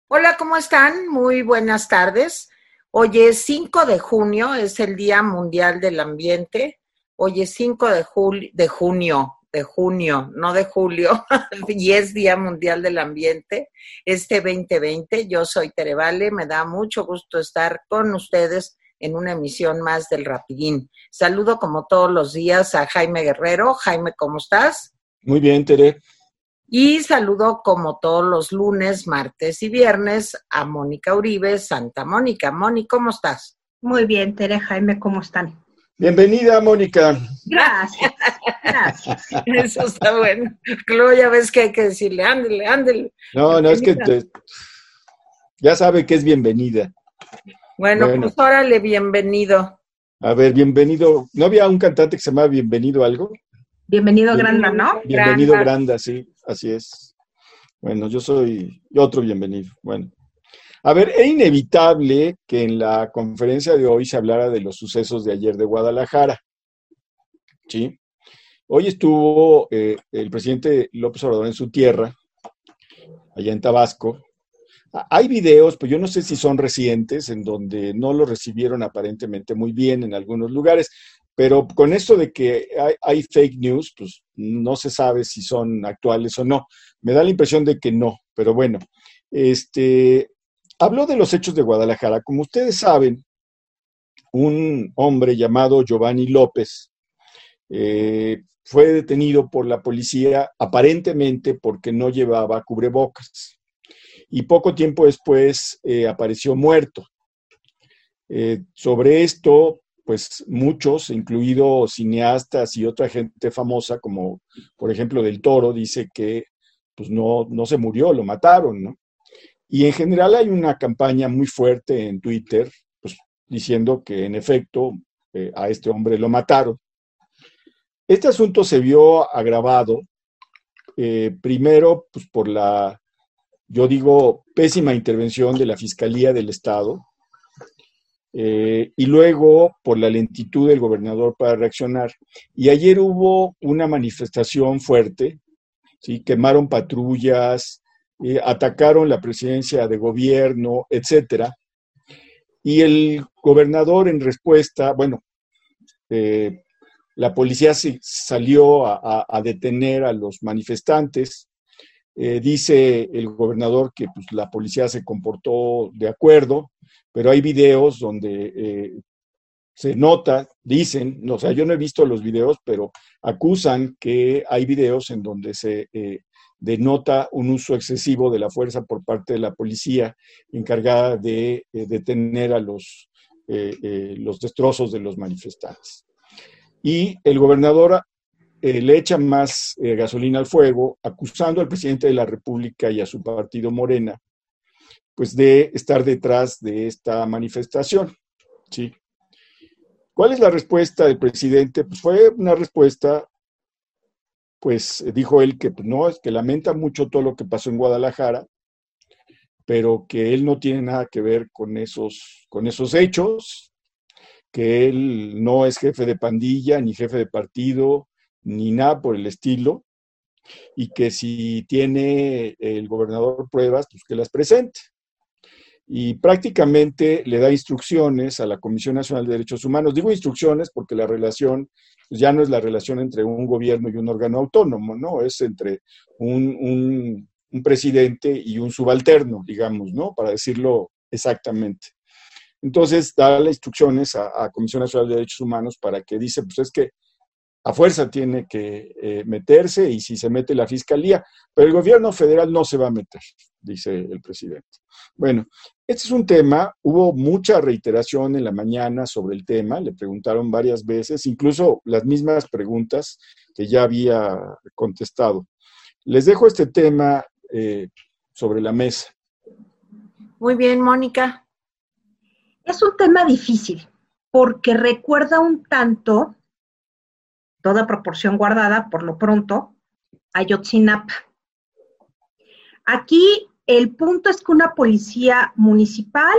Hola, ¿cómo están? Muy buenas tardes. Hoy es 5 de junio, es el Día Mundial del Ambiente. Hoy es 5 de junio, no de julio, y es Día Mundial del Ambiente, este 2020. Yo soy Tere Vale, me da mucho gusto estar con ustedes en una emisión más del Rapidín. Saludo como todos los días a Jaime Guerrero. Jaime, ¿cómo estás? Muy bien, Tere. Y saludo como todos los lunes, martes y viernes a Mónica Uribe, Santa Mónica. Moni, ¿cómo estás? Muy bien, Tere, Jaime, ¿cómo están? Bienvenida, Mónica. Gracias, gracias. Eso está bueno. Luego ya ves que hay que decirle, ándele, ándele. No, es que ya sabe que es bienvenida. Bueno, pues órale, bienvenido. A ver, bienvenido. ¿No había un cantante que se llamaba Bienvenido algo? Bienvenido Granda, ¿no? Bienvenido Granda, sí, así es. Bueno, yo soy otro bienvenido. Bueno. A ver, es inevitable que en la conferencia de hoy se hablara de los sucesos de ayer de Guadalajara, ¿sí? Hoy estuvo el presidente López Obrador en su tierra, allá en Tabasco. Hay videos, pues yo no sé si son recientes, en donde no lo recibieron aparentemente muy bien en algunos lugares, pero con esto de que hay fake news, pues no se sabe si son actuales o no. Me da la impresión de que no, pero bueno. Habló de los hechos de Guadalajara. Como ustedes saben, un hombre llamado Giovanni López fue detenido por la policía aparentemente porque no llevaba cubrebocas. Y poco tiempo después apareció muerto. Sobre esto, pues muchos, incluidos cineastas y otra gente famosa, como por ejemplo Del Toro, dice que pues no se murió, lo mataron, ¿no? Y en general hay una campaña muy fuerte en Twitter, pues diciendo que en efecto a este hombre lo mataron. Este asunto se vio agravado, primero pues por la, yo digo, pésima intervención de la Fiscalía del Estado, y luego por la lentitud del gobernador para reaccionar. Y ayer hubo una manifestación fuerte, ¿sí? Quemaron patrullas, atacaron la presidencia de gobierno, etcétera. Y el gobernador en respuesta, bueno, la policía salió a detener a los manifestantes. Dice el gobernador que pues, la policía se comportó de acuerdo, pero hay videos donde se nota, dicen, o sea, yo no he visto los videos, pero acusan que hay videos en donde se denota un uso excesivo de la fuerza por parte de la policía encargada de detener a los destrozos de los manifestantes. Y el gobernador le echa más gasolina al fuego, acusando al presidente de la República y a su partido Morena, pues de estar detrás de esta manifestación, ¿sí? ¿Cuál es la respuesta del presidente? Pues fue una respuesta, pues dijo él que pues no, es que lamenta mucho todo lo que pasó en Guadalajara, pero que él no tiene nada que ver con esos hechos, que él no es jefe de pandilla, ni jefe de partido, ni nada por el estilo, y que si tiene el gobernador pruebas, pues que las presente. Y prácticamente le da instrucciones a la Comisión Nacional de Derechos Humanos. Digo instrucciones porque la relación pues ya no es la relación entre un gobierno y un órgano autónomo, ¿no? Es entre un presidente y un subalterno, digamos, ¿no? Para decirlo exactamente. Entonces da las instrucciones a Comisión Nacional de Derechos Humanos para que dice, pues es que a fuerza tiene que meterse y si se mete la fiscalía, pero el gobierno federal no se va a meter, dice el presidente. Bueno, este es un tema, hubo mucha reiteración en la mañana sobre el tema, le preguntaron varias veces, incluso las mismas preguntas que ya había contestado. Les dejo este tema sobre la mesa. Muy bien, Mónica. Es un tema difícil, porque recuerda un tanto, toda proporción guardada, por lo pronto, Ayotzinapa. Aquí el punto es que una policía municipal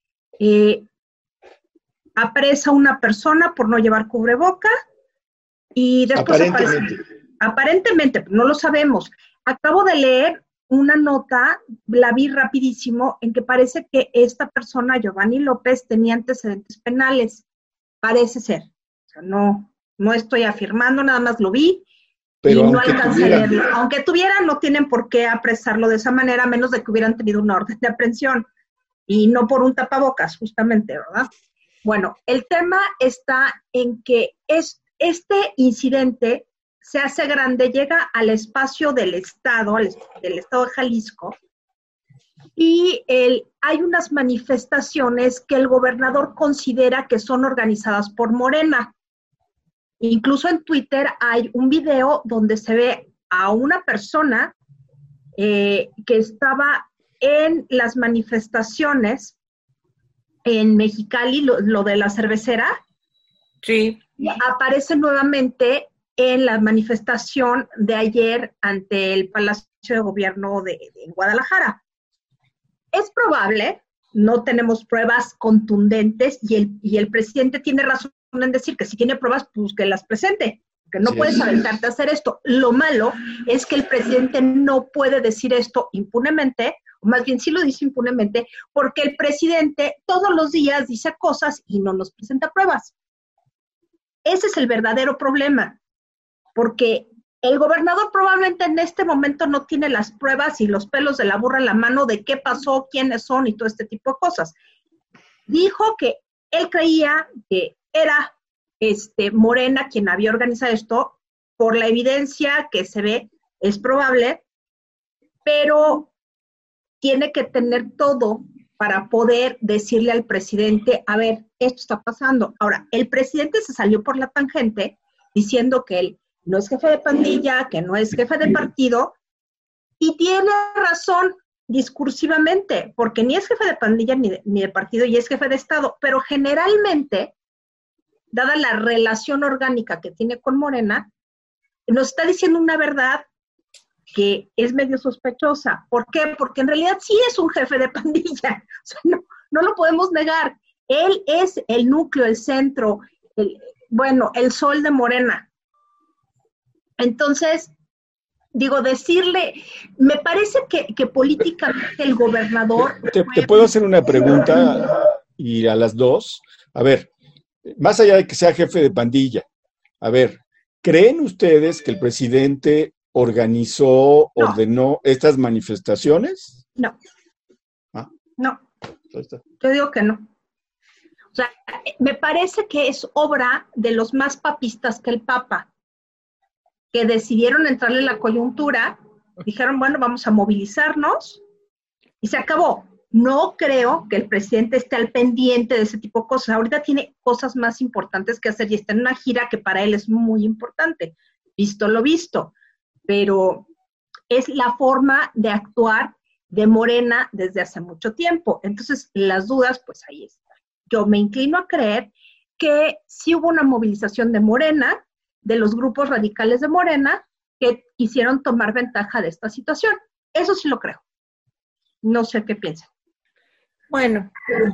apresa a una persona por no llevar cubreboca y después aparentemente, no lo sabemos. Acabo de leer una nota, la vi rapidísimo, en que parece que esta persona, Giovanni López, tenía antecedentes penales. Parece ser. O sea, no estoy afirmando, nada más lo vi. Pero y no alcancé a leerlo. Aunque tuvieran, no tienen por qué apresarlo de esa manera, a menos de que hubieran tenido una orden de aprehensión. Y no por un tapabocas, justamente, ¿verdad? Bueno, el tema está en que este incidente se hace grande, llega al espacio del Estado, del Estado de Jalisco, y hay unas manifestaciones que el gobernador considera que son organizadas por Morena. Incluso en Twitter hay un video donde se ve a una persona que estaba en las manifestaciones en Mexicali, lo de la cervecera. Sí. Y aparece nuevamente en la manifestación de ayer ante el Palacio de Gobierno de Guadalajara. Es probable, no tenemos pruebas contundentes y el presidente tiene razón en decir que si tiene pruebas, pues que las presente, que no puedes aventarte a hacer esto. Lo malo es que el presidente no puede decir esto impunemente, o más bien sí lo dice impunemente, porque el presidente todos los días dice cosas y no nos presenta pruebas. Ese es el verdadero problema, porque el gobernador probablemente en este momento no tiene las pruebas y los pelos de la burra en la mano de qué pasó, quiénes son y todo este tipo de cosas. Dijo que él creía que era Morena quien había organizado esto, por la evidencia que se ve, es probable, pero tiene que tener todo para poder decirle al presidente, a ver, esto está pasando. Ahora, el presidente se salió por la tangente diciendo que él no es jefe de pandilla, que no es jefe de partido, y tiene razón discursivamente, porque ni es jefe de pandilla ni de partido, y es jefe de Estado, pero generalmente, dada la relación orgánica que tiene con Morena, nos está diciendo una verdad que es medio sospechosa. ¿Por qué? Porque en realidad sí es un jefe de pandilla. O sea, no lo podemos negar. Él es el núcleo, el centro, el sol de Morena. Entonces, digo, decirle, me parece que políticamente el gobernador... Te puedo hacer una pregunta y a las dos. A ver, más allá de que sea jefe de pandilla, a ver, ¿creen ustedes que el presidente ordenó estas manifestaciones? No. ¿Ah? No. Yo digo que no. O sea, me parece que es obra de los más papistas que el Papa, que decidieron entrarle en la coyuntura, dijeron, bueno, vamos a movilizarnos, y se acabó. No creo que el presidente esté al pendiente de ese tipo de cosas. Ahorita tiene cosas más importantes que hacer y está en una gira que para él es muy importante, visto lo visto. Pero es la forma de actuar de Morena desde hace mucho tiempo. Entonces, las dudas, pues ahí están. Yo me inclino a creer que sí hubo una movilización de Morena, de los grupos radicales de Morena, que quisieron tomar ventaja de esta situación. Eso sí lo creo. No sé qué piensan. Bueno,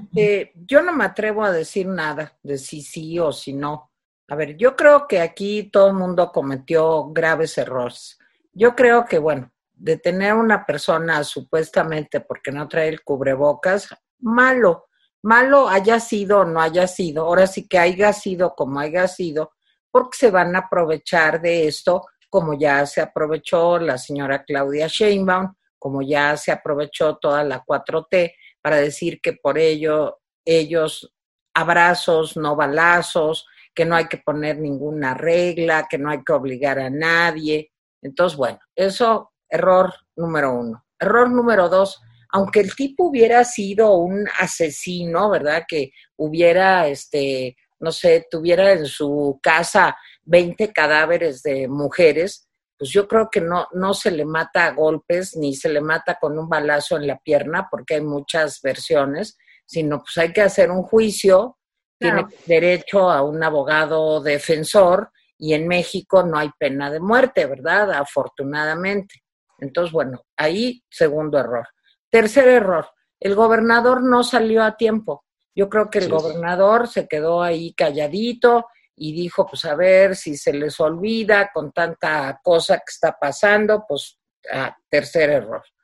yo no me atrevo a decir nada de si sí o si no. A ver, yo creo que aquí todo el mundo cometió graves errores. Yo creo que, bueno, detener a una persona supuestamente porque no trae el cubrebocas, malo haya sido o no haya sido, ahora sí que haya sido como haya sido, porque se van a aprovechar de esto, como ya se aprovechó la señora Claudia Sheinbaum, como ya se aprovechó toda la 4T, para decir que por ello ellos abrazos, no balazos, que no hay que poner ninguna regla, que no hay que obligar a nadie. Entonces, bueno, eso, error número 1. Error número 2, aunque el tipo hubiera sido un asesino, ¿verdad? Que hubiera, no sé, tuviera en su casa 20 cadáveres de mujeres, pues yo creo que no se le mata a golpes, ni se le mata con un balazo en la pierna, porque hay muchas versiones, sino pues hay que hacer un juicio, claro. Tiene derecho a un abogado defensor, y en México no hay pena de muerte, ¿verdad? Afortunadamente. Entonces, bueno, ahí segundo error. Tercer error, el gobernador no salió a tiempo. Yo creo que el gobernador se quedó ahí calladito y dijo, pues a ver si se les olvida con tanta cosa que está pasando, pues tercer error.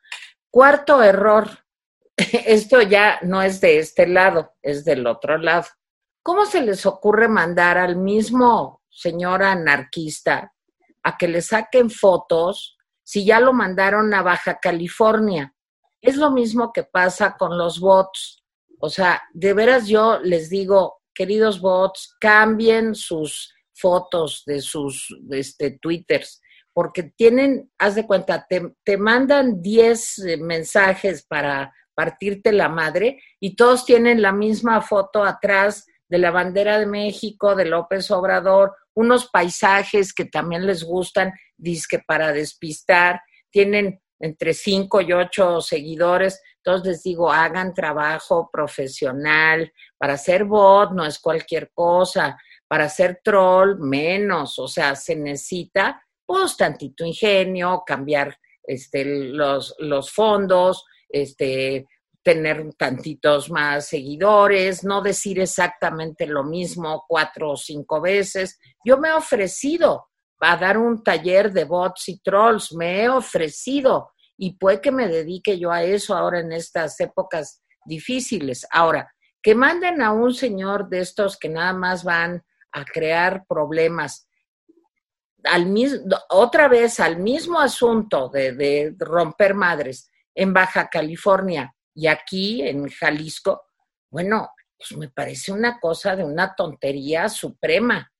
Cuarto error, esto ya no es de este lado, es del otro lado. ¿Cómo se les ocurre mandar al mismo señor anarquista a que le saquen fotos si ya lo mandaron a Baja California? Es lo mismo que pasa con los bots. O sea, de veras yo les digo, queridos bots, cambien sus fotos de sus twitters, porque tienen, haz de cuenta, te mandan 10 mensajes para partirte la madre y todos tienen la misma foto atrás de la bandera de México, de López Obrador, unos paisajes que también les gustan, dizque para despistar, tienen entre 5 y 8 seguidores. Entonces les digo, hagan trabajo profesional. Para hacer bot no es cualquier cosa, para hacer troll menos, o sea, se necesita pues tantito ingenio, cambiar los fondos, tener tantitos más seguidores, no decir exactamente lo mismo 4 o 5 veces. Yo me he ofrecido a dar un taller de bots y trolls, me he ofrecido y puede que me dedique yo a eso ahora en estas épocas difíciles. Ahora, que manden a un señor de estos que nada más van a crear problemas, otra vez al mismo asunto de romper madres en Baja California y aquí en Jalisco, bueno, pues me parece una cosa de una tontería suprema.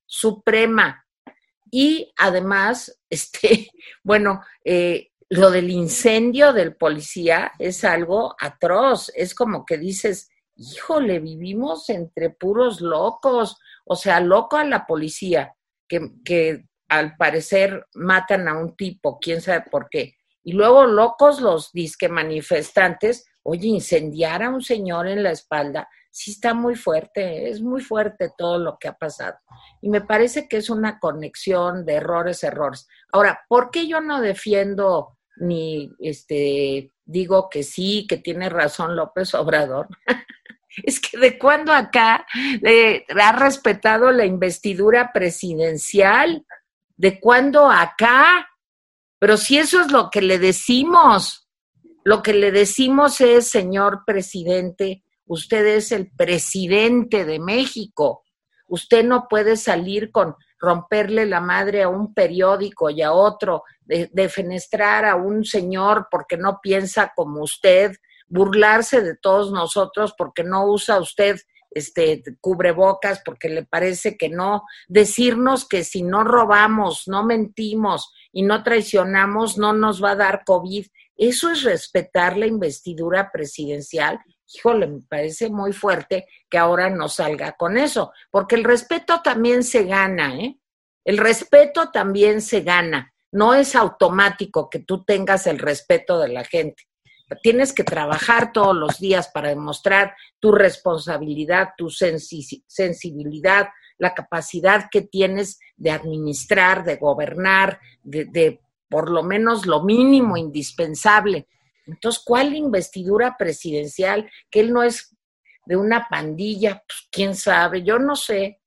Y además, bueno, lo del incendio del policía es algo atroz, es como que dices, híjole, vivimos entre puros locos, o sea, loco a la policía, que al parecer matan a un tipo, quién sabe por qué, y luego locos los disque manifestantes, oye, incendiar a un señor en la espalda, sí está muy fuerte, es muy fuerte todo lo que ha pasado. Y me parece que es una conexión de errores. Ahora, ¿por qué yo no defiendo ni digo que sí, que tiene razón López Obrador? Es que de cuándo acá ha respetado la investidura presidencial, de cuándo acá, pero si eso es lo que le decimos es, señor presidente, usted es el presidente de México. Usted no puede salir con romperle la madre a un periódico y a otro, defenestrar a un señor porque no piensa como usted, burlarse de todos nosotros porque no usa usted cubrebocas, porque le parece que no, decirnos que si no robamos, no mentimos y no traicionamos, no nos va a dar COVID. Eso es respetar la investidura presidencial. Híjole, me parece muy fuerte que ahora no salga con eso, porque el respeto también se gana, El respeto también se gana. No es automático que tú tengas el respeto de la gente. Tienes que trabajar todos los días para demostrar tu responsabilidad, tu sensibilidad, la capacidad que tienes de administrar, de gobernar, de por lo menos lo mínimo indispensable. Entonces, ¿cuál investidura presidencial? Que él no es de una pandilla, pues quién sabe, yo no sé.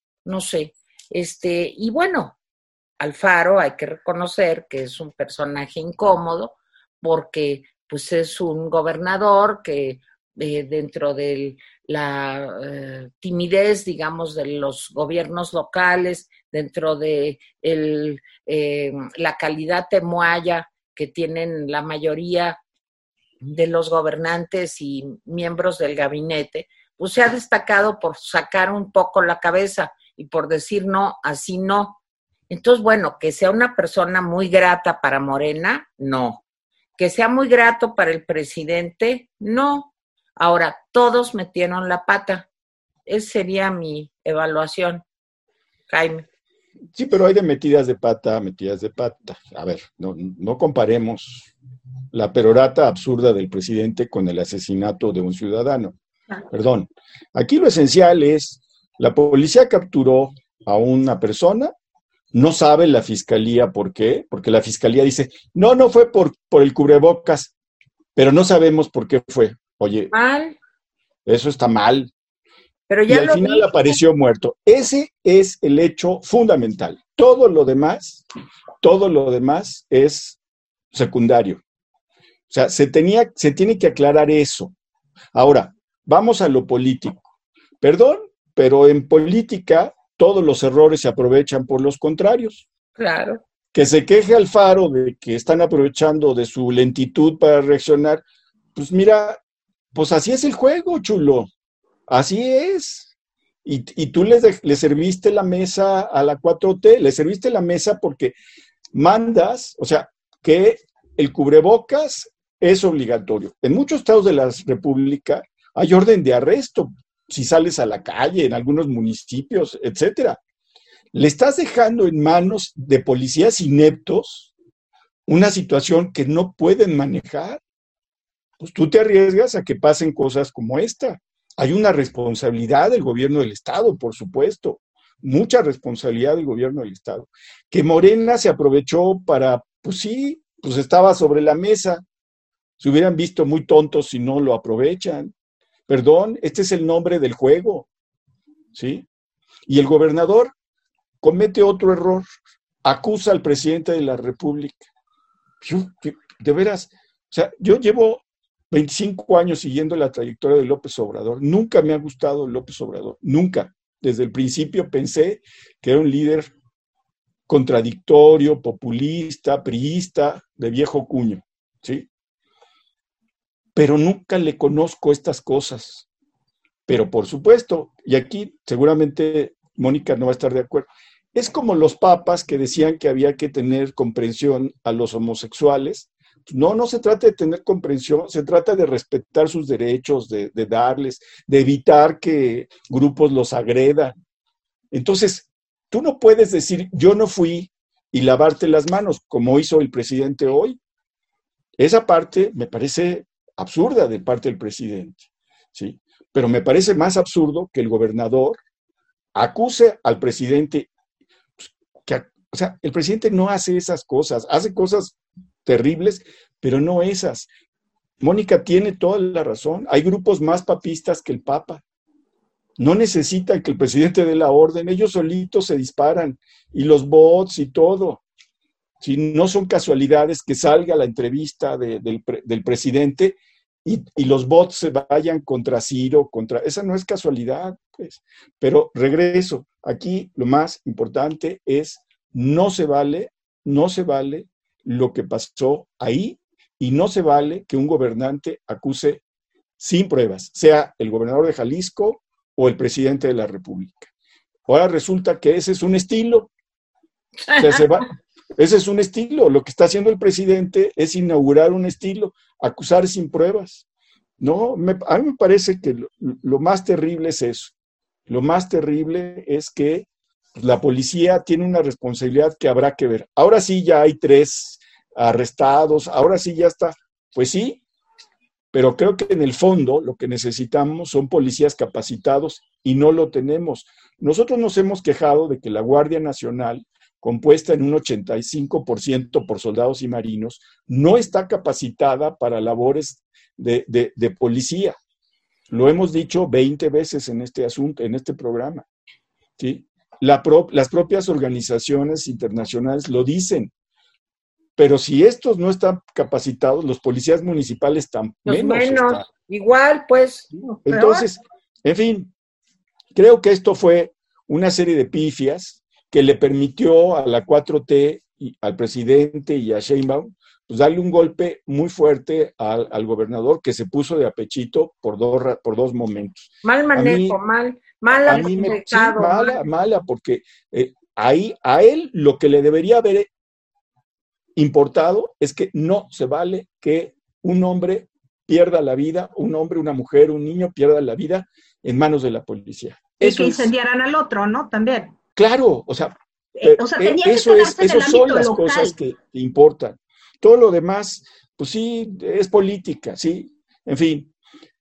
Y bueno, Alfaro hay que reconocer que es un personaje incómodo porque pues es un gobernador que dentro de la timidez, digamos, de los gobiernos locales, dentro de la calidad temoaya que tienen la mayoría de los gobernantes y miembros del gabinete, pues se ha destacado por sacar un poco la cabeza y por decir no, así no. Entonces, bueno, que sea una persona muy grata para Morena, no. Que sea muy grato para el presidente, no. Ahora, todos metieron la pata. Esa sería mi evaluación, Jaime. Sí, pero hay de metidas de pata. A ver, no comparemos la perorata absurda del presidente con el asesinato de un ciudadano. Perdón. Aquí lo esencial es, la policía capturó a una persona, no sabe la fiscalía por qué, porque la fiscalía dice, no fue por el cubrebocas, pero no sabemos por qué fue. Oye, mal. Eso está mal. Pero ya y al final apareció muerto. Ese es el hecho fundamental. Todo lo demás es secundario. sea, se tiene que aclarar eso. Ahora, vamos a lo político. Perdón, pero en política todos los errores se aprovechan por los contrarios. Claro. Que se queje Alfaro de que están aprovechando de su lentitud para reaccionar, pues mira, pues así es el juego, chulo. Así es. Y tú le serviste la mesa a la 4T, le serviste la mesa porque mandas, o sea, que el cubrebocas es obligatorio. En muchos estados de la República hay orden de arresto si sales a la calle, en algunos municipios, etcétera. Le estás dejando en manos de policías ineptos una situación que no pueden manejar. Pues tú te arriesgas a que pasen cosas como esta. Hay una responsabilidad del gobierno del Estado, por supuesto, mucha responsabilidad del gobierno del Estado. Que Morena se aprovechó para, pues sí, pues estaba sobre la mesa. Se hubieran visto muy tontos si no lo aprovechan. Perdón, este es el nombre del juego, ¿sí? Y el gobernador comete otro error, acusa al presidente de la República. De veras, o sea, yo llevo 25 años siguiendo la trayectoria de López Obrador. Nunca me ha gustado López Obrador, nunca. Desde el principio pensé que era un líder contradictorio, populista, priista, de viejo cuño, ¿sí? Pero nunca le conozco estas cosas. Pero por supuesto, y aquí seguramente Mónica no va a estar de acuerdo, es como los papas que decían que había que tener comprensión a los homosexuales. No se trata de tener comprensión, se trata de respetar sus derechos, de darles, de evitar que grupos los agredan. Entonces, tú no puedes decir, yo no fui y lavarte las manos, como hizo el presidente hoy. Esa parte me parece absurda de parte del presidente, ¿sí? Pero me parece más absurdo que el gobernador acuse al presidente. O sea, el presidente no hace esas cosas, hace cosas terribles, pero no esas. Mónica tiene toda la razón. Hay grupos más papistas que el Papa. No necesitan que el presidente dé la orden, ellos solitos se disparan, y los bots y todo. Si no son casualidades que salga la entrevista del presidente y los bots se vayan contra Ciro, esa no es casualidad, pues. Pero regreso, aquí lo más importante es, no se vale lo que pasó ahí, y no se vale que un gobernante acuse sin pruebas, sea el gobernador de Jalisco o el presidente de la República. Ahora resulta que ese es un estilo. O sea, ese es un estilo. Lo que está haciendo el presidente es inaugurar un estilo, acusar sin pruebas. No, a mí me parece que lo más terrible es eso. Lo más terrible es que la policía tiene una responsabilidad que habrá que ver. Ahora sí ya hay 3 arrestados, ahora sí ya está. Pues sí, pero creo que en el fondo lo que necesitamos son policías capacitados y no lo tenemos. Nosotros nos hemos quejado de que la Guardia Nacional, compuesta en un 85% por soldados y marinos, no está capacitada para labores de policía. Lo hemos dicho 20 veces en este asunto, en este programa, ¿sí? Las propias organizaciones internacionales lo dicen. Pero si estos no están capacitados, los policías municipales menos están. Igual, pues. Entonces, en fin, creo que esto fue una serie de pifias que le permitió a la 4T, y al presidente y a Sheinbaum, pues darle un golpe muy fuerte al gobernador, que se puso de apechito por dos momentos. Mal manejo, mala porque ahí a él lo que le debería haber importado es que no se vale que un hombre pierda la vida, un hombre, una mujer, un niño pierda la vida en manos de la policía. Y que incendiaran al otro, ¿no? También. Claro, o sea esas son las local. Cosas que importan. Todo lo demás, pues sí, es política, sí. En fin.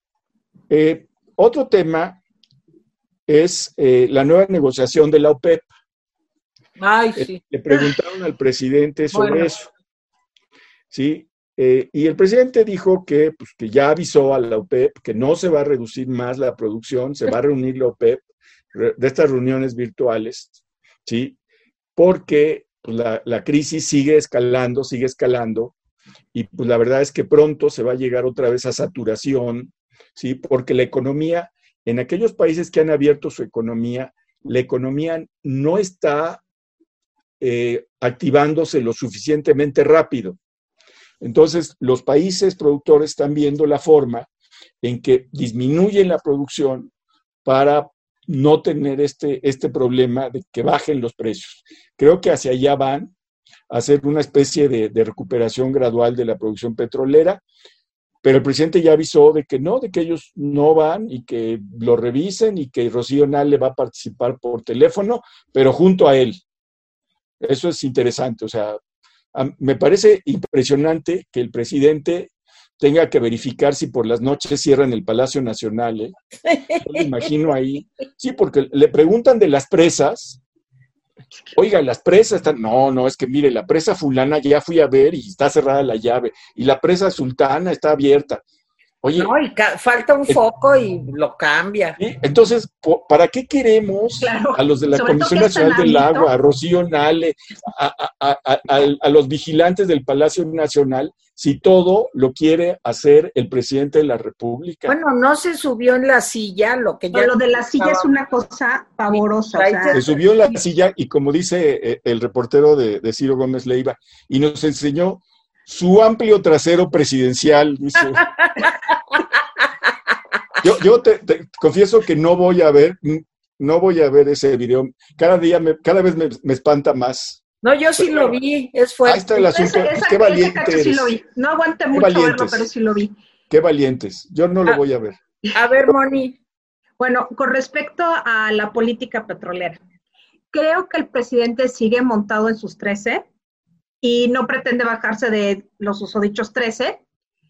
Otro tema es la nueva negociación de la OPEP. Ay, sí. Le preguntaron al presidente sobre eso. ¿Sí? Y el presidente dijo que ya avisó a la OPEP que no se va a reducir más la producción, se va a reunir la OPEP de estas reuniones virtuales, ¿sí? Porque pues, la crisis sigue escalando, y pues la verdad es que pronto se va a llegar otra vez a saturación, ¿sí? Porque la economía, en aquellos países que han abierto su economía, la economía no está activándose lo suficientemente rápido. Entonces, los países productores están viendo la forma en que disminuyen la producción para no tener este problema de que bajen los precios. Creo que hacia allá van a hacer una especie de recuperación gradual de la producción petrolera, pero el presidente ya avisó de que no, de que ellos no van y que lo revisen y que Rocío Nale va a participar por teléfono, pero junto a él. Eso es interesante, o sea, me parece impresionante que el presidente tenga que verificar si por las noches cierran el Palacio Nacional, ¿eh? Yo me imagino ahí. Sí, porque le preguntan de las presas. Oiga, las presas están... No, es que mire, la presa fulana ya fui a ver y está cerrada la llave. Y la presa sultana está abierta. Oye, no, y falta un foco y lo cambia. ¿sí? Entonces, ¿para qué queremos a los de la Comisión Nacional del Agua, a Rocío Nale, a los vigilantes del Palacio Nacional, si todo lo quiere hacer el presidente de la República? Bueno, no se subió en la silla, lo que ya... Lo de la silla es una cosa pavorosa. O sea, se subió en la silla y, como dice el reportero de Ciro Gómez Leiva, y nos enseñó su amplio trasero presidencial, dice. Yo te confieso que no voy a ver ese video. Cada vez me espanta más. No, yo sí lo vi, es fuerte. Ahí está el asunto. Qué valiente eres. Sí lo vi. No aguanté mucho verlo, pero sí lo vi. Qué valientes. Yo no lo voy a ver. A ver, Moni. Bueno, con respecto a la política petrolera, creo que el presidente sigue montado en sus 13 y no pretende bajarse de los susodichos 13.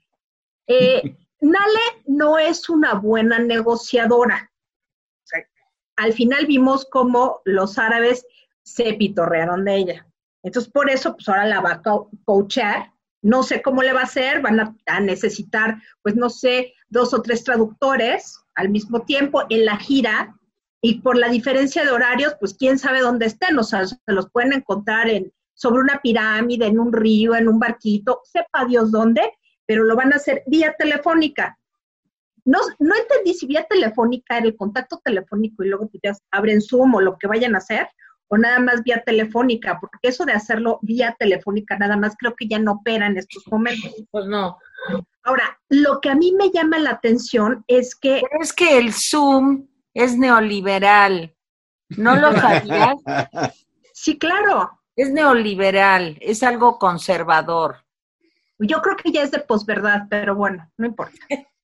Nale no es una buena negociadora. O sea, al final vimos cómo los árabes se pitorrearon de ella. Entonces, por eso, pues ahora la va a coachear. No sé cómo le va a hacer, van a necesitar, pues no sé, 2 o 3 traductores al mismo tiempo en la gira, y por la diferencia de horarios, pues quién sabe dónde estén, o sea, se los pueden encontrar sobre una pirámide, en un río, en un barquito, sepa Dios dónde, pero lo van a hacer vía telefónica. No entendí si vía telefónica era el contacto telefónico y luego pues ya abren Zoom o lo que vayan a hacer, o nada más vía telefónica, porque eso de hacerlo vía telefónica nada más creo que ya no opera en estos momentos. Pues no. Ahora, lo que a mí me llama la atención es que... Es que el Zoom es neoliberal. ¿No lo sabías? Sí, claro. Es neoliberal, es algo conservador. Yo creo que ya es de posverdad, pero bueno, no importa.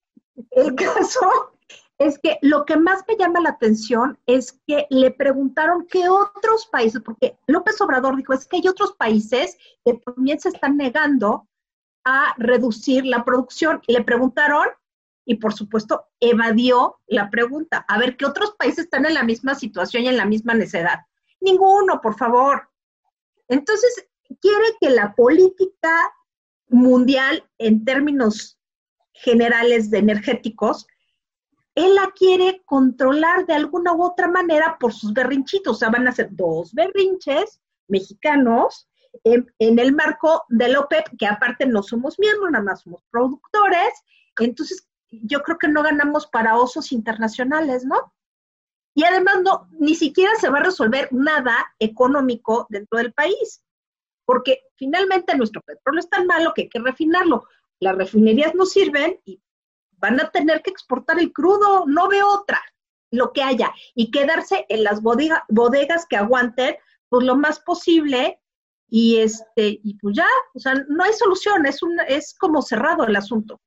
El caso es que lo que más me llama la atención es que le preguntaron qué otros países, porque López Obrador dijo, es que hay otros países que también se están negando a reducir la producción. Y le preguntaron, y por supuesto evadió la pregunta, a ver, ¿qué otros países están en la misma situación y en la misma necedad? Ninguno, por favor. Entonces, quiere que la política mundial en términos generales de energéticos, él la quiere controlar de alguna u otra manera por sus berrinchitos. O sea, van a ser 2 berrinches mexicanos en el marco de la OPEP, que aparte no somos miembros, nada más somos productores. Entonces, yo creo que no ganamos para osos internacionales, ¿no? Y además ni siquiera se va a resolver nada económico dentro del país, porque finalmente nuestro petróleo es tan malo que hay que refinarlo. Las refinerías no sirven y van a tener que exportar el crudo, no veo otra, lo que haya, y quedarse en las bodegas que aguanten pues lo más posible, y pues ya, o sea, no hay solución, es como cerrado el asunto.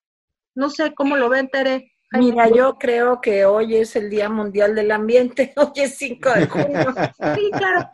No sé cómo lo ven, Tere. Mira, yo creo que hoy es el Día Mundial del Ambiente, hoy es 5 de junio. Sí, claro.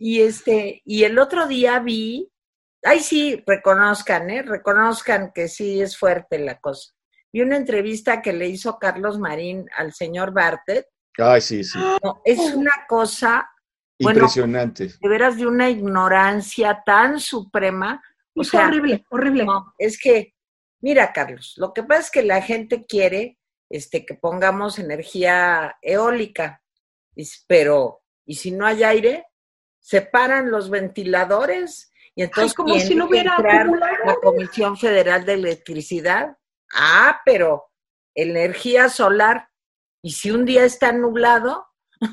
Y el otro día vi, ay sí, reconozcan que sí es fuerte la cosa. Vi una entrevista que le hizo Carlos Marín al señor Bartlett. Ay, sí. No, es una cosa impresionante. Bueno, de veras de una ignorancia tan suprema. O sea, horrible. No, es que, mira, Carlos, lo que pasa es que la gente quiere que pongamos energía eólica, pero, ¿y si no hay aire? Se paran los ventiladores Y entonces como si tiene no hubiera que entrar acumuladores. la Comisión Federal de Electricidad. Ah, pero energía solar. ¿Y si un día está nublado?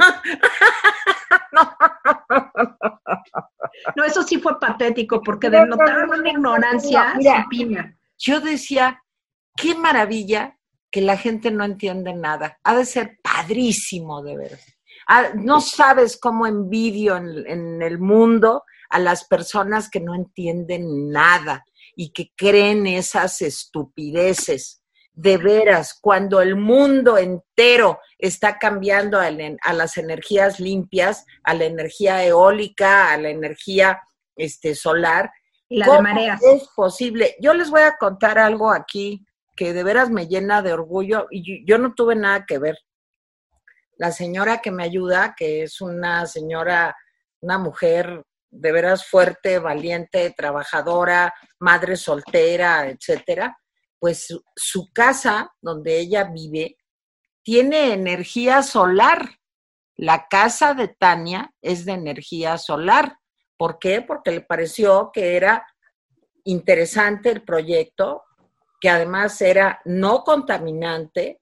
No, eso sí fue patético, porque denotaron una ignorancia Mira, supina. yo decía, qué maravilla que la gente no entiende nada. Ha de ser padrísimo, de veras. No sabes cómo envidio en el mundo a las personas que no entienden nada y que creen esas estupideces. De veras, cuando el mundo entero está cambiando a las energías limpias, a la energía eólica, a la energía solar, Y la ¿cómo de mareas. es posible? Yo les voy a contar algo aquí que de veras me llena de orgullo y yo no tuve nada que ver. La señora que me ayuda, que es una señora, una mujer de veras fuerte, valiente, trabajadora, madre soltera, etcétera, pues su casa donde ella vive tiene energía solar. La casa de Tania es de energía solar. ¿Por qué? Porque le pareció que era interesante el proyecto, que además era no contaminante,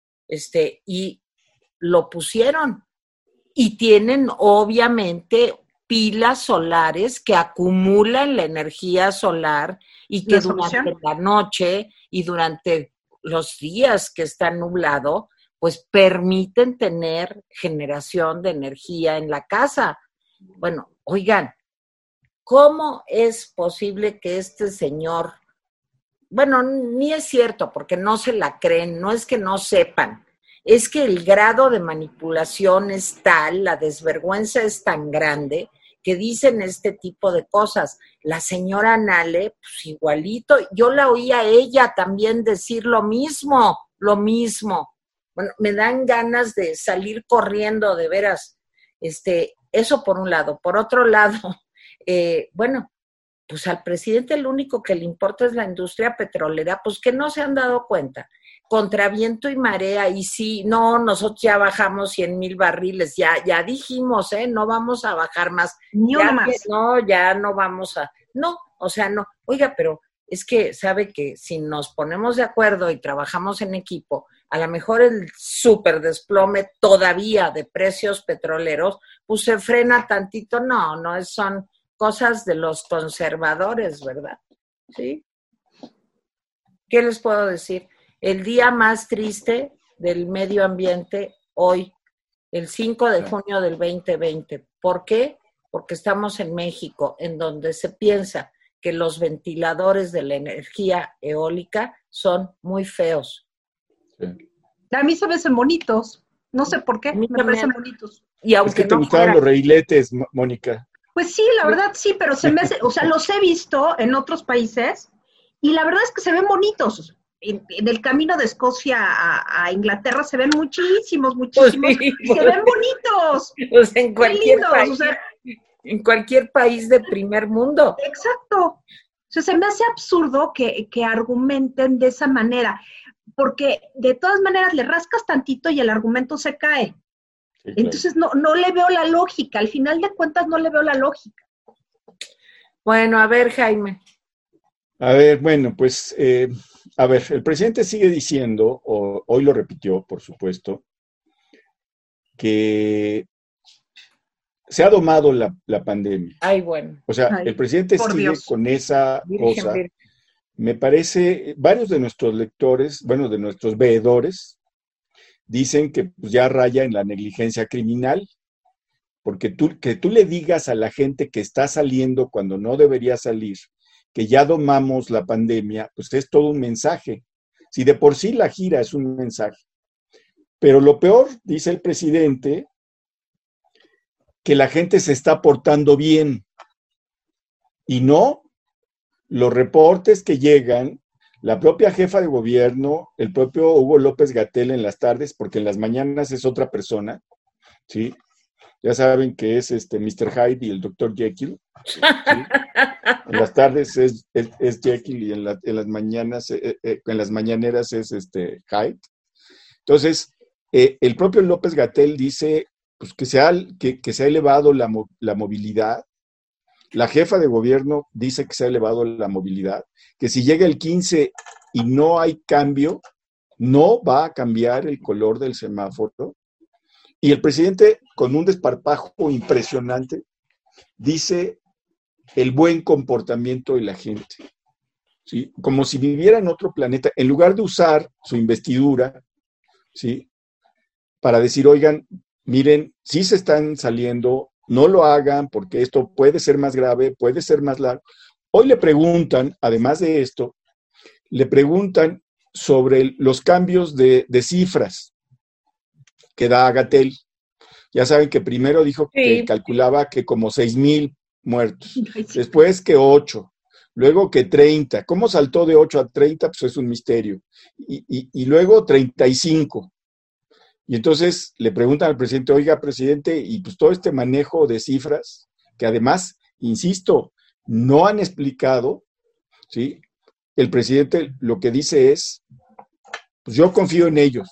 y lo pusieron. Y tienen obviamente pilas solares que acumulan la energía solar y que durante la noche y durante los días que está nublado, pues permiten tener generación de energía en la casa. Bueno, oigan, ¿cómo es posible que este señor, bueno, ni es cierto porque no se la creen, no es que no sepan, es que el grado de manipulación es tal, la desvergüenza es tan grande que dicen este tipo de cosas. La señora Nale, pues igualito, yo la oí a ella también decir lo mismo. Bueno, me dan ganas de salir corriendo, de veras. Eso por un lado. Por otro lado, bueno, pues al presidente lo único que le importa es la industria petrolera, pues que no se han dado cuenta. Contra viento y marea, y sí, no, nosotros ya bajamos 100,000 barriles, ya dijimos, no vamos a bajar más. Ni una más. No, ya no vamos a, no, o sea, no. Oiga, pero es que sabe que si nos ponemos de acuerdo y trabajamos en equipo, a lo mejor el súper desplome todavía de precios petroleros, pues se frena tantito. No, son cosas de los conservadores, ¿verdad? ¿Sí? ¿Qué les puedo decir? El día más triste del medio ambiente hoy, el 5 de junio del 2020. ¿Por qué? Porque estamos en México, en donde se piensa que los ventiladores de la energía eólica son muy feos. Sí. A mí se me hacen bonitos, no sé por qué, me parecen bonitos. Y aunque es que te gustaban los reiletes, Mónica. Pues sí, la verdad sí, pero se me hace, o sea, los he visto en otros países y la verdad es que se ven bonitos. En el camino de Escocia a Inglaterra se ven muchísimos, pues sí, y se ven bonitos. Pues en cualquier lindos, país, o sea, en cualquier país de primer mundo. Exacto. O sea, se me hace absurdo que argumenten de esa manera, porque de todas maneras le rascas tantito y el argumento se cae. Sí, claro. Entonces no le veo la lógica, al final de cuentas no le veo la lógica. Bueno, a ver, Jaime. A ver, bueno, pues, a ver, el presidente sigue diciendo, hoy lo repitió, por supuesto, que se ha domado la pandemia. Ay, bueno. O sea, el presidente sigue Dios. Con esa cosa. Virgen. Me parece, varios de nuestros lectores, bueno, de nuestros veedores, dicen que pues, ya raya en la negligencia criminal, porque que tú le digas a la gente que está saliendo cuando no debería salir, que ya domamos la pandemia, pues es todo un mensaje. Si de por sí la gira es un mensaje. Pero lo peor, dice el presidente, que la gente se está portando bien. Y no, los reportes que llegan, la propia jefa de gobierno, el propio Hugo López-Gatell en las tardes, porque en las mañanas es otra persona, ¿sí? Ya saben que es Mr. Hyde y el Dr. Jekyll. ¿Sí? En las tardes es Jekyll y en las mañanas, en las mañaneras es Hyde. Entonces, el propio López-Gatell dice pues, que se ha elevado la movilidad, La jefa de gobierno dice que se ha elevado la movilidad, que si llega el 15 y no hay cambio, no va a cambiar el color del semáforo. Y el presidente, con un desparpajo impresionante, dice el buen comportamiento de la gente, ¿sí? Como si viviera en otro planeta, en lugar de usar su investidura, ¿sí? Para decir, oigan, miren, sí se están saliendo, no lo hagan porque esto puede ser más grave, puede ser más largo. Hoy le preguntan, además de esto, le preguntan sobre los cambios de cifras que da Gatell. Ya saben que primero dijo que calculaba que como 6,000 muertos, después que 8, luego que 30. ¿Cómo saltó de 8 a 30? Pues es un misterio. Y luego 35. Y entonces le preguntan al presidente, oiga, presidente, y pues todo este manejo de cifras, que además, insisto, no han explicado, ¿sí? El presidente lo que dice es, pues yo confío en ellos.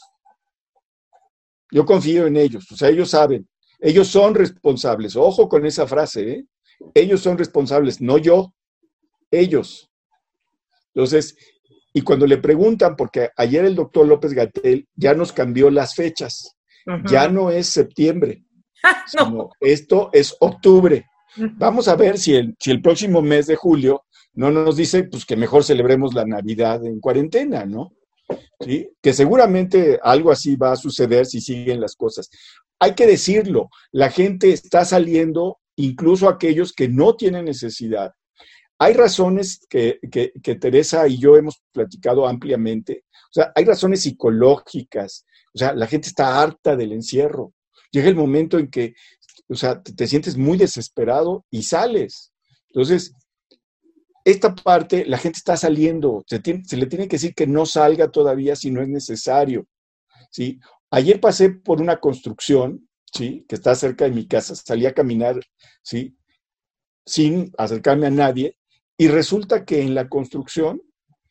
Yo confío en ellos, o sea, ellos saben, ellos son responsables. Ojo con esa frase, ¿eh? Ellos son responsables, no yo, ellos. Entonces, y cuando le preguntan, porque ayer el doctor López-Gatell ya nos cambió las fechas, ya no es septiembre, sino esto es octubre. Vamos a ver si el próximo mes de julio no nos dice pues que mejor celebremos la Navidad en cuarentena, ¿no? ¿Sí? Que seguramente algo así va a suceder si siguen las cosas. Hay que decirlo, la gente está saliendo, incluso aquellos que no tienen necesidad. Hay razones que Teresa y yo hemos platicado ampliamente, o sea, hay razones psicológicas, o sea, la gente está harta del encierro. Llega el momento en que, o sea, te sientes muy desesperado y sales. Entonces, esta parte, la gente está saliendo, se le tiene que decir que no salga todavía si no es necesario, ¿sí? Ayer pasé por una construcción, ¿sí? Que está cerca de mi casa, salí a caminar, ¿sí? Sin acercarme a nadie, y resulta que en la construcción,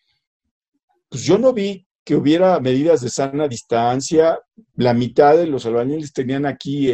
pues yo no vi que hubiera medidas de sana distancia. La mitad de los albañiles tenían aquí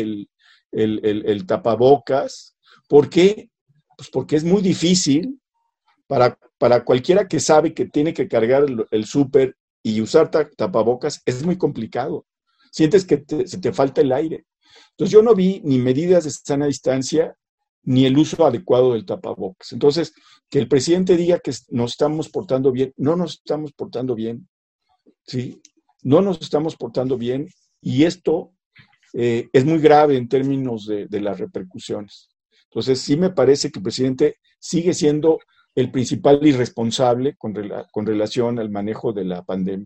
el tapabocas. ¿Por qué? Pues porque es muy difícil para cualquiera que sabe que tiene que cargar el súper y usar tapabocas, es muy complicado. Sientes que se te falta el aire. Entonces yo no vi ni medidas de sana distancia, ni el uso adecuado del tapabocas. Entonces, que el presidente diga que nos estamos portando bien, no nos estamos portando bien, ¿sí? No nos estamos portando bien, y esto es muy grave en términos de las repercusiones. Entonces, sí me parece que el presidente sigue siendo el principal irresponsable con relación al manejo de la pandemia.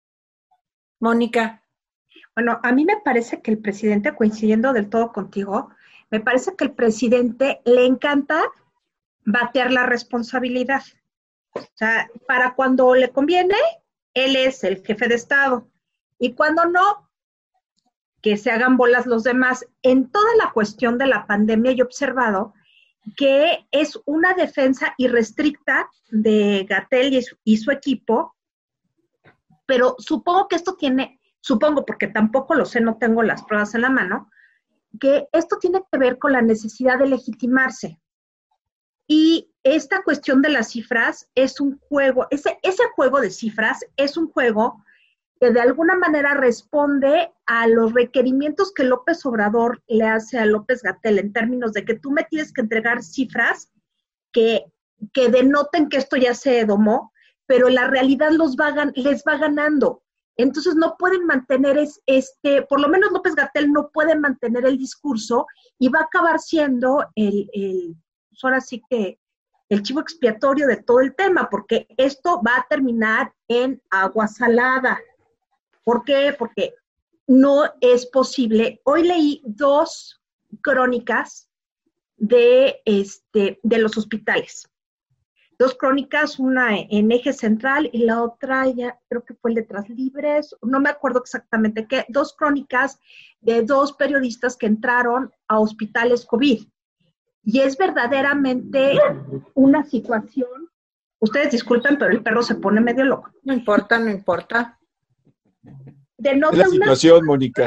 Mónica. Bueno, a mí me parece que el presidente, coincidiendo del todo contigo, me parece que el presidente le encanta batear la responsabilidad. O sea, para cuando le conviene, él es el jefe de Estado. Y cuando no, que se hagan bolas los demás. En toda la cuestión de la pandemia, yo he observado que es una defensa irrestricta de Gatell y su equipo, pero supongo que esto tiene, porque tampoco lo sé, no tengo las pruebas en la mano, que esto tiene que ver con la necesidad de legitimarse. Y esta cuestión de las cifras es un juego, ese juego de cifras es un juego que de alguna manera responde a los requerimientos que López Obrador le hace a López-Gatell en términos de que tú me tienes que entregar cifras que denoten que esto ya se domó, pero la realidad les va ganando. Entonces no pueden mantener por lo menos López-Gatell no puede mantener el discurso y va a acabar siendo ahora sí que el chivo expiatorio de todo el tema, porque esto va a terminar en agua salada. ¿Por qué? Porque no es posible. Hoy leí 2 crónicas de los hospitales. 2 crónicas, una en Eje Central y la otra ya creo que fue el de Translibres, no me acuerdo exactamente qué, 2 crónicas de 2 periodistas que entraron a hospitales COVID. Y es verdaderamente una situación, ustedes disculpen, pero el perro se pone medio loco. No importa. Es la situación, Mónica.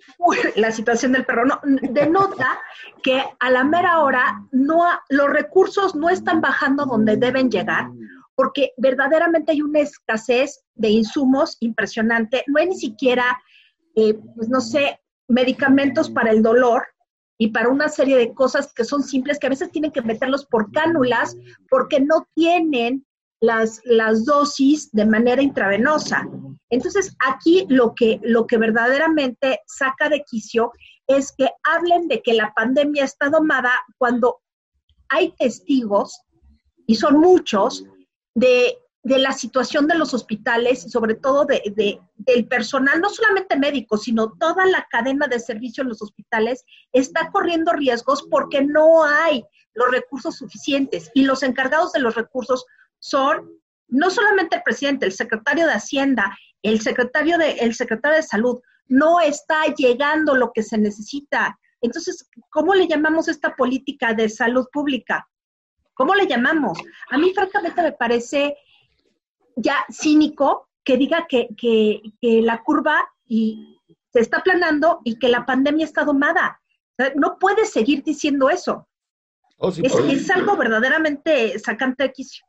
la situación del perro, no, denota que a la mera hora los recursos no están bajando donde deben llegar, porque verdaderamente hay una escasez de insumos impresionante. No hay ni siquiera, pues no sé, medicamentos para el dolor y para una serie de cosas que son simples, que a veces tienen que meterlos por cánulas porque no tienen las dosis de manera intravenosa. Entonces, aquí lo que verdaderamente saca de quicio es que hablen de que la pandemia está domada cuando hay testigos, y son muchos, de la situación de los hospitales y sobre todo del personal, no solamente médico, sino toda la cadena de servicio en los hospitales está corriendo riesgos porque no hay los recursos suficientes, y los encargados de los recursos son no solamente el presidente, el secretario de Hacienda, el secretario de Salud. No está llegando lo que se necesita. Entonces, ¿cómo le llamamos esta política de salud pública? ¿Cómo le llamamos? A mí, francamente, me parece ya cínico que diga que la curva se está aplanando y que la pandemia está domada. O sea, no puede seguir diciendo eso. Oh, sí, es algo verdaderamente sacante de quicio.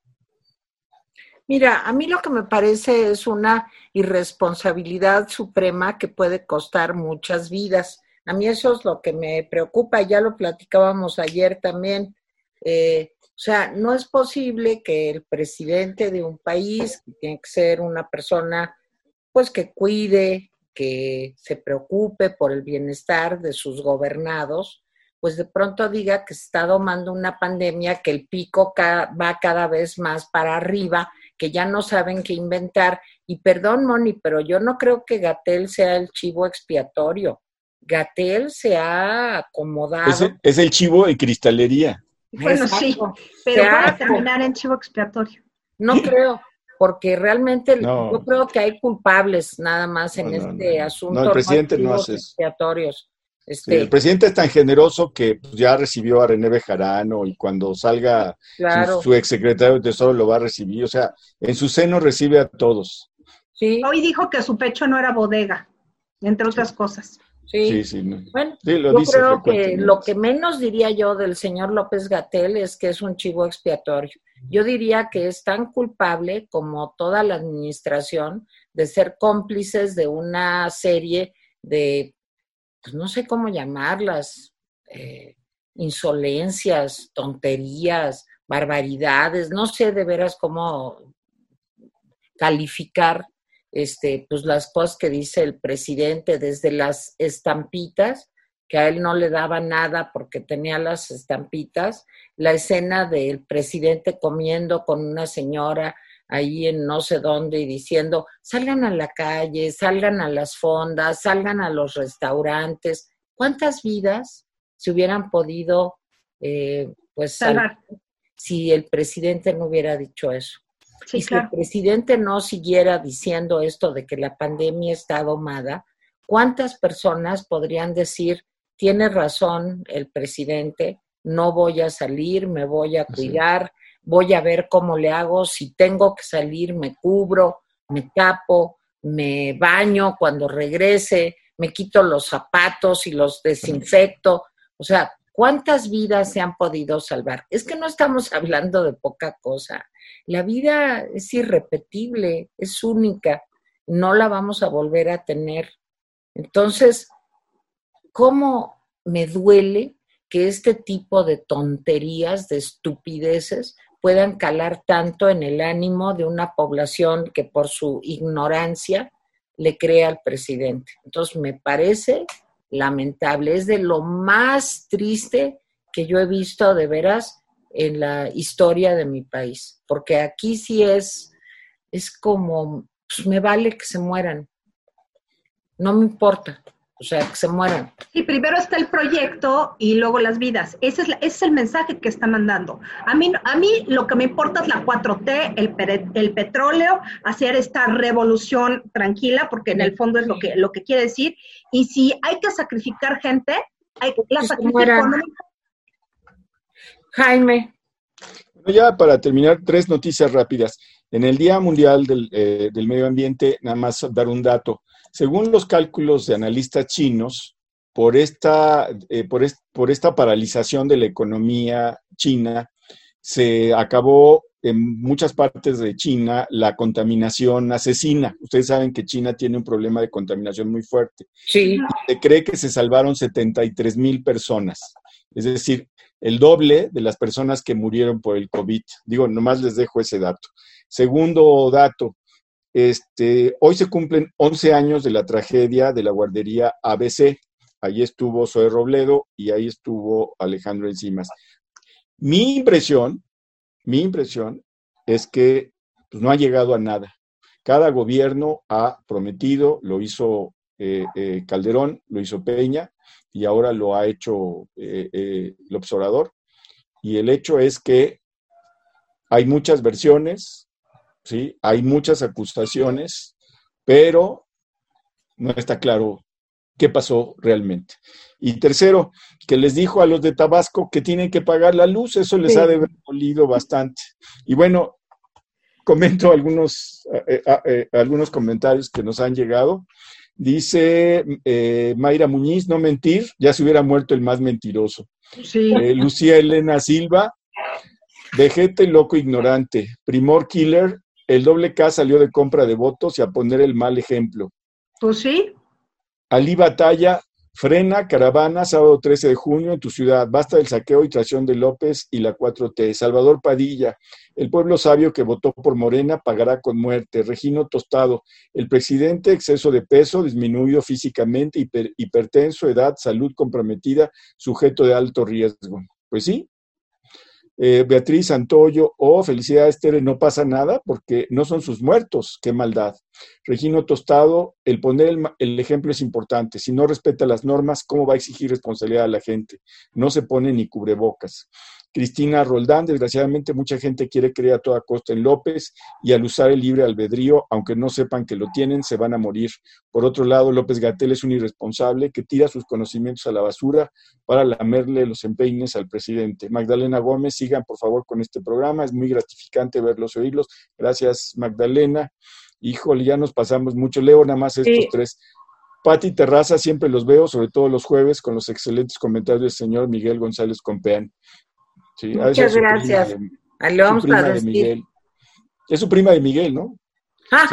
Mira, a mí lo que me parece es una irresponsabilidad suprema que puede costar muchas vidas. A mí eso es lo que me preocupa, ya lo platicábamos ayer también. O sea, no es posible que el presidente de un país, que tiene que ser una persona pues que cuide, que se preocupe por el bienestar de sus gobernados, pues de pronto diga que se está domando una pandemia, que el pico va cada vez más para arriba, que ya no saben qué inventar. Y perdón, Moni, pero yo no creo que Gatell sea el chivo expiatorio. Gatell se ha acomodado. Es el chivo de cristalería. Bueno, exacto. Sí, pero va a terminar en chivo expiatorio. No creo, porque realmente yo creo que hay culpables nada más en este asunto. No, el presidente no hace eso. Expiatorios. Sí, el presidente es tan generoso que ya recibió a René Bejarano, y cuando salga su exsecretario de Tesoro lo va a recibir. O sea, en su seno recibe a todos. Sí. Hoy dijo que su pecho no era bodega, entre otras cosas. Sí. No. Bueno, sí, yo creo que lo que menos diría yo del señor López-Gatell es que es un chivo expiatorio. Yo diría que es tan culpable como toda la administración de ser cómplices de una serie de, pues no sé cómo llamarlas, insolencias, tonterías, barbaridades, no sé de veras cómo calificar pues las cosas que dice el presidente, desde las estampitas, que a él no le daba nada porque tenía las estampitas, la escena del presidente comiendo con una señora ahí en no sé dónde y diciendo, salgan a la calle, salgan a las fondas, salgan a los restaurantes. ¿Cuántas vidas se hubieran podido pues salvar si el presidente no hubiera dicho eso? Sí, y claro. Si el presidente no siguiera diciendo esto de que la pandemia está domada, ¿cuántas personas podrían decir, tiene razón el presidente, no voy a salir, me voy a cuidar, voy a ver cómo le hago, si tengo que salir me cubro, me tapo, me baño cuando regrese, me quito los zapatos y los desinfecto? O sea, ¿cuántas vidas se han podido salvar? Es que no estamos hablando de poca cosa. La vida es irrepetible, es única, no la vamos a volver a tener. Entonces, ¿cómo me duele que este tipo de tonterías, de estupideces, puedan calar tanto en el ánimo de una población que por su ignorancia le cree al presidente? Entonces, me parece lamentable, es de lo más triste que yo he visto de veras en la historia de mi país, porque aquí sí es como, pues me vale que se mueran, no me importa, o sea, que se mueran. Sí, primero está el proyecto y luego las vidas, ese es el mensaje que está mandando. A mí lo que me importa es la 4T, el petróleo, hacer esta revolución tranquila, porque en el fondo es lo que quiere decir, y si hay que sacrificar gente, la sacrifico económica. Jaime. Bueno, ya para terminar, 3 noticias rápidas. En el Día Mundial del Medio Ambiente, nada más dar un dato. Según los cálculos de analistas chinos, por esta paralización de la economía china, se acabó en muchas partes de China la contaminación asesina. Ustedes saben que China tiene un problema de contaminación muy fuerte. Sí. Y se cree que se salvaron 73,000 personas. Es decir, el doble de las personas que murieron por el COVID. Digo, nomás les dejo ese dato. Segundo dato, hoy se cumplen 11 años de la tragedia de la guardería ABC. Ahí estuvo Zoe Robledo y ahí estuvo Alejandro Encinas. Mi impresión es que pues, no ha llegado a nada. Cada gobierno ha prometido, lo hizo Calderón, lo hizo Peña y ahora lo ha hecho López Obrador. Y el hecho es que hay muchas versiones, ¿sí? Hay muchas acusaciones, pero no está claro qué pasó realmente. Y tercero, que les dijo a los de Tabasco que tienen que pagar la luz, eso les ha de haber dolido bastante. Y bueno, comento algunos comentarios que nos han llegado. Dice Mayra Muñiz, no mentir, ya se hubiera muerto el más mentiroso. Sí. Lucía Elena Silva, vejete loco ignorante, primor killer, el doble K salió de compra de votos y a poner el mal ejemplo. Pues sí. Ali Batalla, frena caravana sábado 13 de junio en tu ciudad, basta del saqueo y traición de López y la 4T. Salvador Padilla, el pueblo sabio que votó por Morena pagará con muerte. Regino Tostado, el presidente exceso de peso, disminuido físicamente, hipertenso, edad, salud comprometida, sujeto de alto riesgo. Pues sí. Beatriz Santoyo, felicidades Tere, no pasa nada porque no son sus muertos, qué maldad. Regino Tostado, el poner el ejemplo es importante, si no respeta las normas, ¿cómo va a exigir responsabilidad a la gente? No se pone ni cubrebocas. Cristina Roldán, desgraciadamente mucha gente quiere creer a toda costa en López y al usar el libre albedrío, aunque no sepan que lo tienen, se van a morir. Por otro lado, López-Gatell es un irresponsable que tira sus conocimientos a la basura para lamerle los empeines al presidente. Magdalena Gómez, sigan por favor con este programa, es muy gratificante verlos y oírlos. Gracias, Magdalena. Híjole, ya nos pasamos mucho. Leo nada más estos tres. Pati Terraza, siempre los veo, sobre todo los jueves, con los excelentes comentarios del señor Miguel González Compeán. Sí, muchas gracias. Es su prima de Miguel, ¿no? Sí.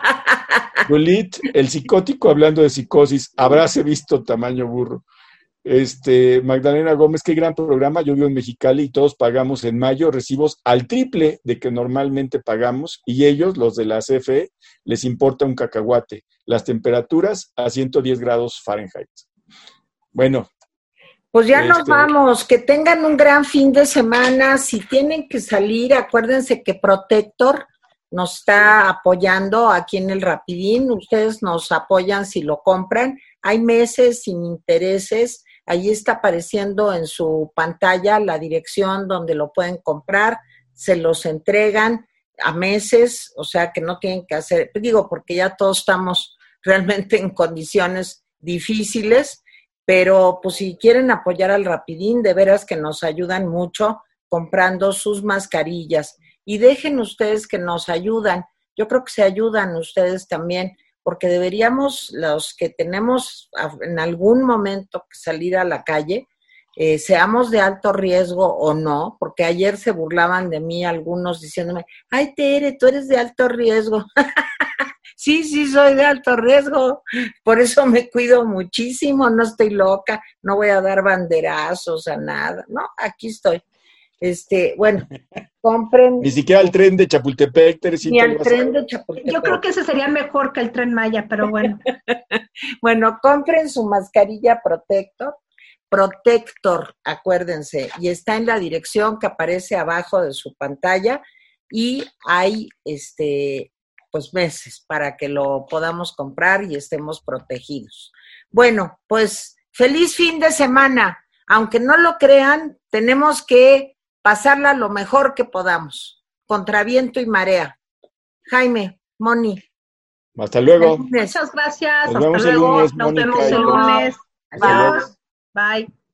Julit, el psicótico hablando de psicosis, habráse visto tamaño burro. Magdalena Gómez, qué gran programa. Yo vivo en Mexicali y todos pagamos en mayo recibos al triple de que normalmente pagamos y ellos, los de la CFE, les importa un cacahuate. Las temperaturas a 110 grados Fahrenheit. Bueno. Pues ya nos vamos, que tengan un gran fin de semana. Si tienen que salir, acuérdense que Protector nos está apoyando aquí en el Rapidín. Ustedes nos apoyan si lo compran. Hay meses sin intereses. Ahí está apareciendo en su pantalla la dirección donde lo pueden comprar. Se los entregan a meses, o sea que no tienen que hacer, digo, porque ya todos estamos realmente en condiciones difíciles. Pero pues si quieren apoyar al Rapidín, de veras que nos ayudan mucho comprando sus mascarillas. Y dejen ustedes que nos ayudan. Yo creo que se ayudan ustedes también, porque deberíamos, los que tenemos en algún momento que salir a la calle, seamos de alto riesgo o no, porque ayer se burlaban de mí algunos diciéndome, ay Tere, tú eres de alto riesgo. Sí, soy de alto riesgo, por eso me cuido muchísimo, no estoy loca, no voy a dar banderazos a nada, no, aquí estoy. Bueno, compren. Ni siquiera el tren de Chapultepec, Teresita. Ni al tren de Chapultepec. Yo creo que ese sería mejor que el Tren Maya, pero bueno. Bueno, compren su mascarilla Protector, acuérdense, y está en la dirección que aparece abajo de su pantalla y hay pues meses para que lo podamos comprar y estemos protegidos. Bueno, pues feliz fin de semana. Aunque no lo crean, tenemos que pasarla lo mejor que podamos, contra viento y marea. Jaime, Moni. Hasta luego. Muchas gracias. Nos vemos el lunes, Nos vemos el lunes. Adiós. Bye.